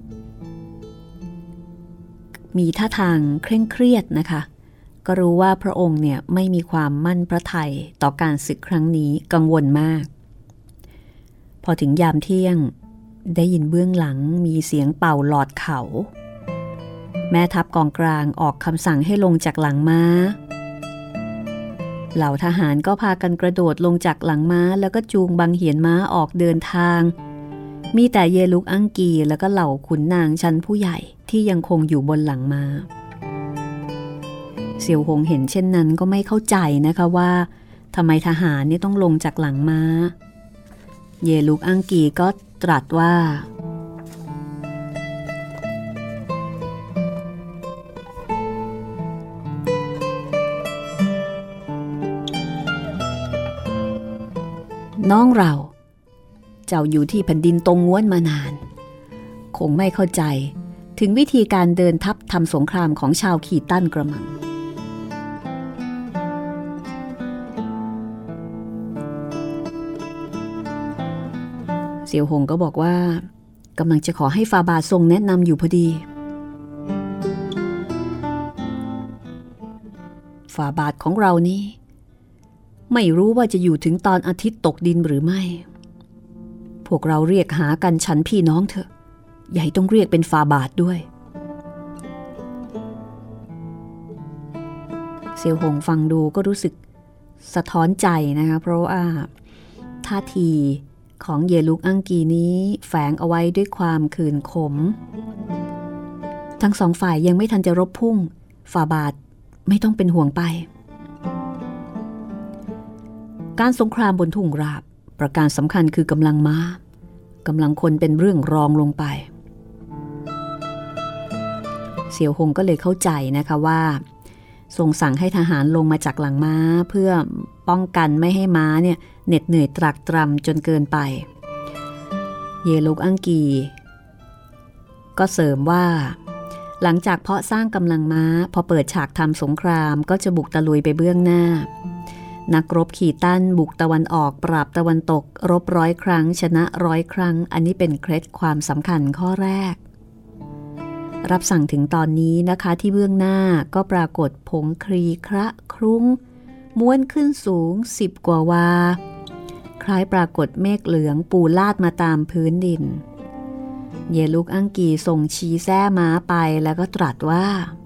มีท่าทางเคร่งเครียดนะคะก็รู้ว่าพระองค์เนี่ยไม่มีความมั่นพระทัยต่อการศึกครั้งนี้กังวลมากพอถึงยามเที่ยงได้ยินเบื้องหลังมีเสียงเป่าหลอดเขาแม่ทัพกองกลางออกคำสั่งให้ลงจากหลังม้าเหล่าทหารก็พากันกระโดดลงจากหลังม้าแล้วก็จูงบังเหียนม้าออกเดินทางมีแต่เยลุกอังกีแล้วก็เหล่าขุนนางชั้นผู้ใหญ่ที่ยังคงอยู่บนหลังม้าเสี่ยวหงเห็นเช่นนั้นก็ไม่เข้าใจนะคะว่าทำไมทหารนี่ต้องลงจากหลังม้าเยลุกอังกีก็ตรัสว่าน้องเราเจ้าอยู่ที่แผ่นดินตรงง้วนมานานคงไม่เข้าใจถึงวิธีการเดินทัพทำสงครามของชาวขีตั้นกระมังเสี่ยวหงก็บอกว่ากำลังจะขอให้ฟาบาทรงแนะนำอยู่พอดีฟาบาทของเรานี้ไม่รู้ว่าจะอยู่ถึงตอนอาทิตย์ตกดินหรือไม่พวกเราเรียกหากันฉันพี่น้องเถอะอย่าให้ต้องเรียกเป็นฟาบาทด้วยเสี่ยวหงฟังดูก็รู้สึกสะท้อนใจนะคะเพราะว่าท่าทีของเยลุกอังกีนี้แฝงเอาไว้ด้วยความขื่นขมทั้งสองฝ่ายยังไม่ทันจะรบพุ่งฟาบาทไม่ต้องเป็นห่วงไปการสงครามบนทุ่งราบประการสำคัญคือกำลังม้ากำลังคนเป็นเรื่องรองลงไปเสี่ยวหงก็เลยเข้าใจนะคะว่าทรงสั่งให้ทหารลงมาจากหลังม้าเพื่อป้องกันไม่ให้ม้าเนี่ยเหน็ดเหนื่อยตรากตรำจนเกินไปเยลุกอังกีก็เสริมว่าหลังจากเพาะสร้างกำลังม้าพอเปิดฉากทำสงครามก็จะบุกตะลุยไปเบื้องหน้านักรบขีตั้นบุกตะวันออกปราบตะวันตกรบ100 ครั้งชนะ100 ครั้งอันนี้เป็นเคล็ดความสำคัญข้อแรกรับสั่งถึงตอนนี้นะคะที่เบื้องหน้าก็ปรากฏผงครีคระครุ้งม้วนขึ้นสูง10 กว่าวาคล้ายปรากฏเมฆเหลืองปูลาดมาตามพื้นดินเยลุกอังกีส่งชีแซ้ม้าไปแล้วก็ตรัสว่า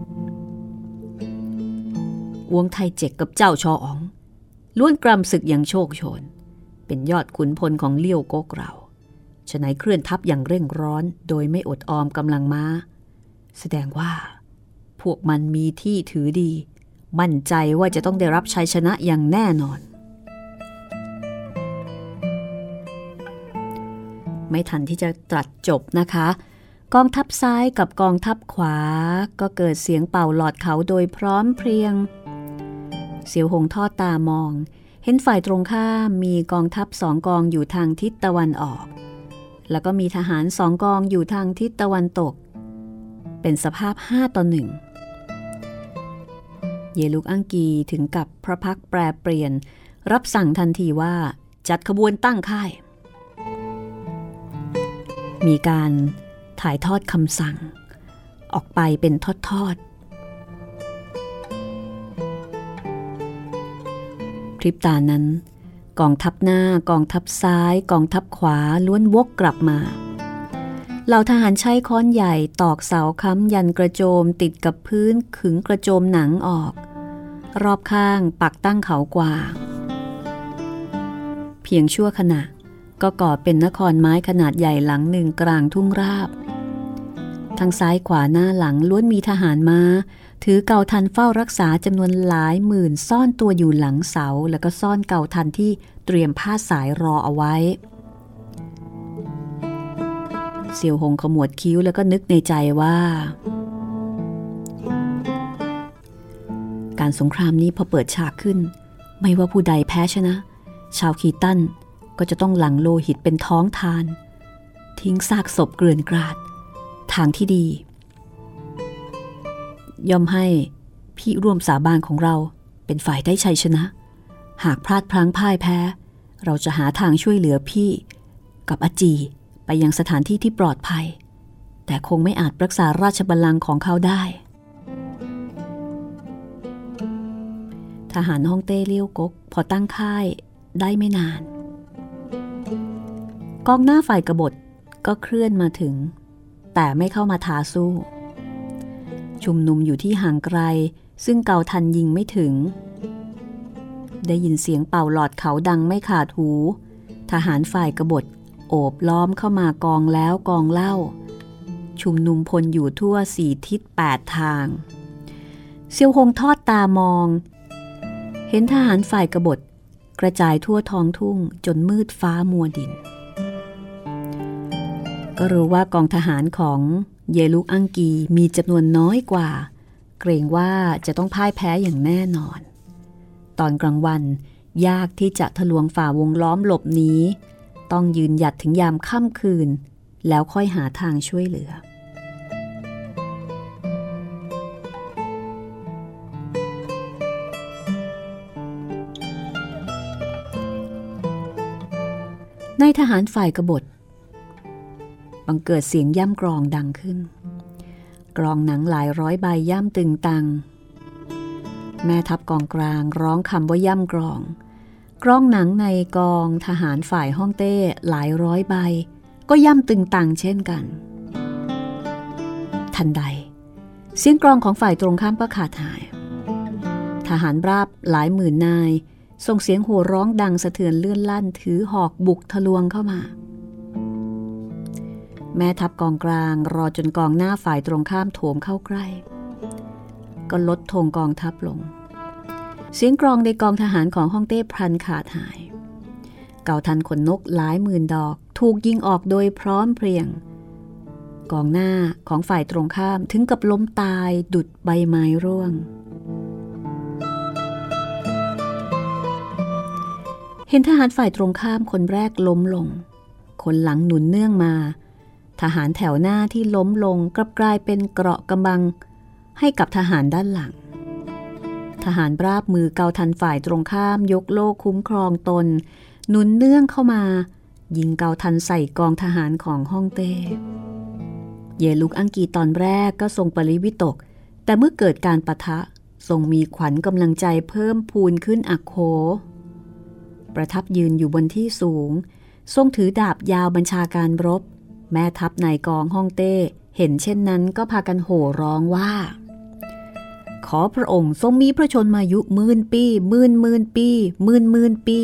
อวงไทเจ็กกับเจ้าชออ๋องล้วนกรำศึกอย่างโชคโชนเป็นยอดขุนพลของเลี้ยวก๊กเราฉะนั้นเคลื่อนทัพอย่างเร่งร้อนโดยไม่อดออมกำลังม้าแสดงว่าพวกมันมีที่ถือดีมั่นใจว่าจะต้องได้รับชัยชนะอย่างแน่นอนไม่ทันที่จะตรัสจบนะคะกองทัพซ้ายกับกองทัพขวาก็เกิดเสียงเป่าหลอดเขาโดยพร้อมเพรียงเสียวหงทอดตามองเห็นฝ่ายตรงข้ามมีกองทัพ2 กองอยู่ทางทิศตะวันออกแล้วก็มีทหาร2 กองอยู่ทางทิศตะวันตกเป็นสภาพ5-1เยลุกอังกีถึงกับพระพักแปรเปลี่ยนรับสั่งทันทีว่าจัดขบวนตั้งค่ายมีการถ่ายทอดคำสั่งออกไปเป็นทอดๆพริบตานั้นกองทัพหน้ากองทัพซ้ายกองทัพขวาล้วนวกกลับมาเหล่าทหารใช้ค้อนใหญ่ตอกเสาค้ำยันกระโจมติดกับพื้นขึงกระโจมหนังออกรอบข้างปักตั้งเขากวางเพียงชั่วขณะก็ก่อเป็นนครไม้ขนาดใหญ่หลังหนึ่งกลางทุ่งราบทางซ้ายขวาหน้าหลังล้วนมีทหารม้าถือเก่าทันเฝ้ารักษาจำนวนหลายหมื่นซ่อนตัวอยู่หลังเสาแล้วก็ซ่อนเก่าทันที่เตรียมผ้าสายรอเอาไว้เสี่ยวหงขมวดคิ้วแล้วก็นึกในใจว่าการสงครามนี้พอเปิดฉากขึ้นไม่ว่าผู้ใดแพ้ชนะชาวคีตันก็จะต้องหลั่งโลหิตเป็นท้องทานทิ้งซากศพเกลื่อนกราดทางที่ดีย่อมให้พี่ร่วมสาบานของเราเป็นฝ่ายได้ชัยชนะหากพลาดพลั้งพ่ายแพ้เราจะหาทางช่วยเหลือพี่กับอาจีไปยังสถานที่ที่ปลอดภัยแต่คงไม่อาจรักษาราชบัลลังก์ของเขาได้ทหารฮ่องเต้เลี้ยวก๊กพอตั้งค่ายได้ไม่นานกองหน้าฝ่ายกบฏก็เคลื่อนมาถึงแต่ไม่เข้ามาท้าสู้ชุมนุมอยู่ที่ห่างไกลซึ่งเก่าทันยิงไม่ถึงได้ยินเสียงเป่าหลอดเขาดังไม่ขาดหูทหารฝ่ายกบฏโอบล้อมเข้ามากองแล้วกองเล่าชุมนุมพลอยู่ทั่ว4 ทิศ 8 ทางเซียวหงทอดตามองเห็นทหารฝ่ายกบฏกระจายทั่วท้องทุ่งจนมืดฟ้ามัวดินก็รู้ว่ากองทหารของเยลุกอังกีมีจำนวนน้อยกว่าเกรงว่าจะต้องพ่ายแพ้อย่างแน่นอนตอนกลางวันยากที่จะทะลวงฝ่าวงล้อมหลบหนีต้องยืนหยัดถึงยามค่ำคืนแล้วค่อยหาทางช่วยเหลือในทหารฝ่ายกบฏบังเกิดเสียงย่ำกรองดังขึ้นกรองหนังหลายร้อยใบย่ำตึงตังแม่ทัพกองกลางร้องคำว่าย่ำกรองหนังในกองทหารฝ่ายฮ่องเต้หลายร้อยใบก็ย่ำตึงตังเช่นกันทันใดเสียงกรองของฝ่ายตรงข้ามก็ขาดหายทหารราบหลายหมื่นนายส่งเสียงโห่ร้องดังสะเทือนเลื่อนลั่นถือหอกบุกทะลวงเข้ามาแม่ทัพกองกลางรอจนกองหน้าฝ่ายตรงข้ามโถมเข้าใกล้ก็ลดธงกองทัพลงเสียงกรองในกองทหารของฮ่องเต้พลันขาดหายเก่าทันขนนกหลายหมื่นดอกถูกยิงออกโดยพร้อมเพรียงกองหน้าของฝ่ายตรงข้ามถึงกับล้มตายดุจใบไม้ร่วงเห็นทหารฝ่ายตรงข้ามคนแรกล้มลงคนหลังหนุนเนื่องมาทหารแถวหน้าที่ล้มลงกลับกลายเป็นเกราะกำบังให้กับทหารด้านหลังทหารราบมือเกาทันฝ่ายตรงข้ามยกโล่คุ้มครองตนหนุนเนื่องเข้ามายิงเกาทันใส่กองทหารของฮ่องเต้เยลุกอังกีตอนแรกก็ทรงปริวิตกแต่เมื่อเกิดการปะทะททรงมีขวัญกำลังใจเพิ่มพูนขึ้นอักโขประทับยืนอยู่บนที่สูงทรงถือดาบยาวบัญชาการรบแม่ทัพนายกองฮ่องเต้เห็นเช่นนั้นก็พากันโห่ร้องว่าขอพระองค์ทรงมีพระชนมายุหมื่นปีหมื่นปีหมื่นปี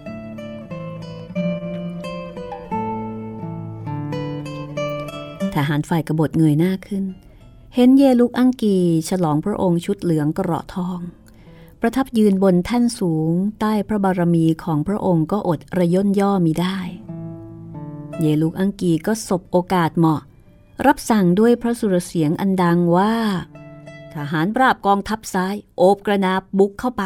ทหารฝ่ายกบฏเงยหน้าขึ้นเห็นเยลุกอังกีฉลองพระองค์ชุดเหลืองเกราะทองประทับยืนบนแท่นสูงใต้พระบารมีของพระองค์ก็อดระย่นย่อมิได้เยลุกอังกีก็สบโอกาสเหมาะรับสั่งด้วยพระสุรเสียงอันดังว่าทหารปราบกองทัพซ้ายโอบกระนาบบุกเข้าไป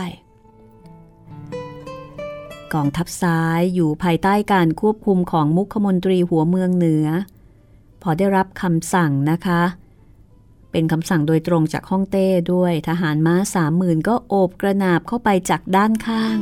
กองทัพซ้ายอยู่ภายใต้การควบคุมของมุขมนตรีหัวเมืองเหนือพอได้รับคำสั่งนะคะเป็นคำสั่งโดยตรงจากฮ่องเต้ด้วยทหารม้า 30,000 ก็โอบกระนาบเข้าไปจากด้านข้าง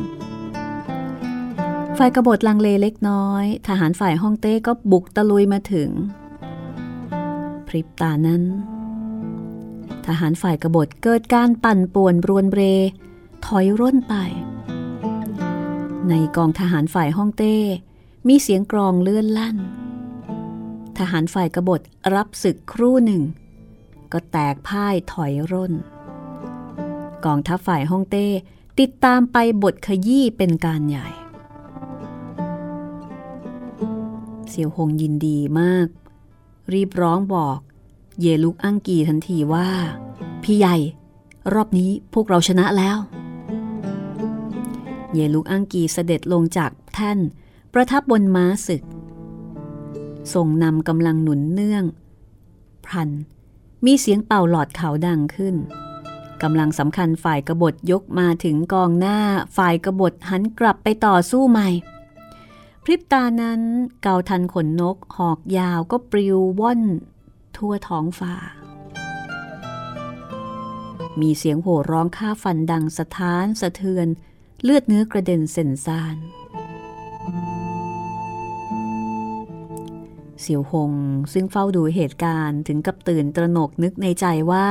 ฝ่ายกบฏลังเลเล็กน้อยทหารฝ่ายฮ่องเต้ก็บุกตะลุยมาถึงพริบตานั้นทหารฝ่ายกบฏเกิดการปั่นป่วนรวนเรถอยร่นไปในกองทหารฝ่ายฮ่องเต้มีเสียงกลองเลื่อนลั่นทหารฝ่ายกบฏรับศึกครู่หนึ่งก็แตกพ่ายถอยร่นกองทัพฝ่ายฮ่องเต้ติดตามไปบทขยี้เป็นการใหญ่เสี่ยวหงยินดีมากรีบร้องบอกเยลุกอังกีทันทีว่าพี่ใหญ่รอบนี้พวกเราชนะแล้วเยลุกอังกีเสด็จลงจากแท่นประทับบนม้าศึกทรงนำกำลังหนุนเนื่องพลันมีเสียงเป่าหลอดเขาดังขึ้นกำลังสำคัญฝ่ายกบฏยกมาถึงกองหน้าฝ่ายกบฏหันกลับไปต่อสู้ใหม่พริบตานั้นเกาทันขนนกหอกยาวก็ปลิวว่อนทั่วท้องฟ้ามีเสียงโห่ร้องฆ่าฟันดังสะท้านสะเทือนเลือดเนื้อกระเด็นเส่นซ่านเสี่ยวหงซึ่งเฝ้าดูเหตุการณ์ถึงกับตื่นตระหนกนึกในใจว่า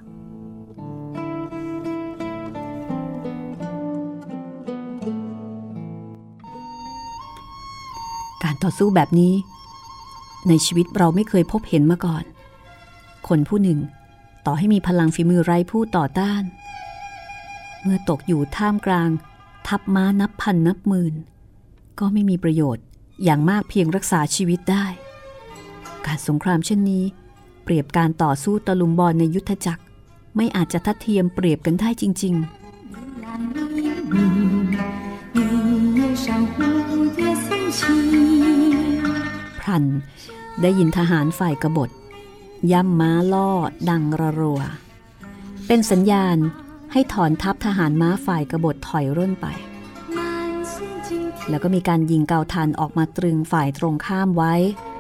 การต่อสู้แบบนี้ในชีวิตเราไม่เคยพบเห็นมาก่อนคนผู้หนึ่งต่อให้มีพลังฝีมือไร้ผู้ต่อต้านเมื่อตกอยู่ท่ามกลางทัพม้านับพันนับหมื่นก็ไม่มีประโยชน์อย่างมากเพียงรักษาชีวิตได้การสงครามเช่นนี้เปรียบการต่อสู้ตะลุมบอลในยุทธจักรไม่อาจจะทัดเทียมเปรียบกันได้จริงๆพลันได้ยินทหารฝ่ายกบฏย่ำม้าล่อดังระรัวเป็นสัญญาณให้ถอนทัพทหารม้าฝ่ายกบฏถอยร่นไปแล้วก็มีการยิงเกาทันออกมาตรึงฝ่ายตรงข้ามไว้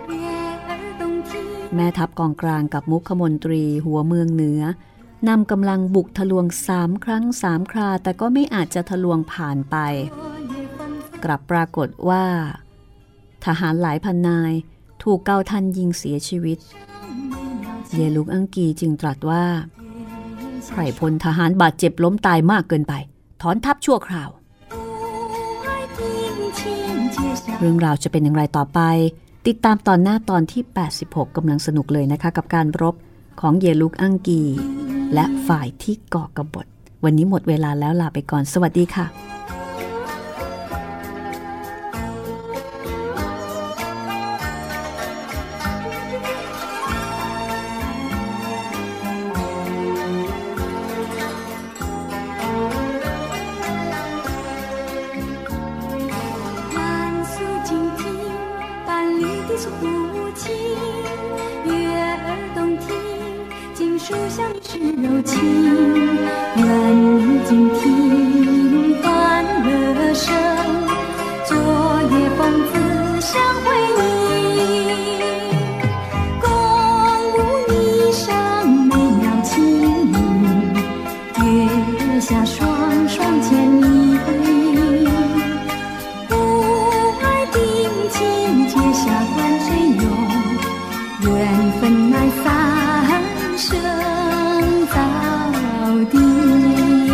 แม่ทัพกองกลางกับมุขมนตรีหัวเมืองเหนือนำกำลังบุกทะลวง3 ครั้ง 3 คราแต่ก็ไม่อาจจะทะลวงผ่านไปกลับปรากฏว่าทหารหลายพันนายถูกเกาทันยิงเสียชีวิตเยลุกอังกีจึงตรัสว่าไพร่พลทหารบาดเจ็บล้มตายมากเกินไปถอนทัพชั่วคราวเรื่องราวจะเป็นอย่างไรต่อไปติดตามตอนหน้าตอนที่86กำลังสนุกเลยนะคะกับการรบของเยลุกอังกีและฝ่ายที่ก่อกบฏวันนี้หมดเวลาแล้วลาไปก่อนสวัสดีค่ะ缘分乃三生早地。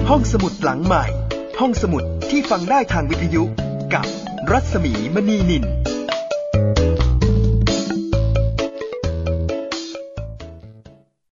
ห้องสมุดหลังใหม่ห้องสมุดที่ฟังได้ทางวิทยุกับรัศมีมณีนิน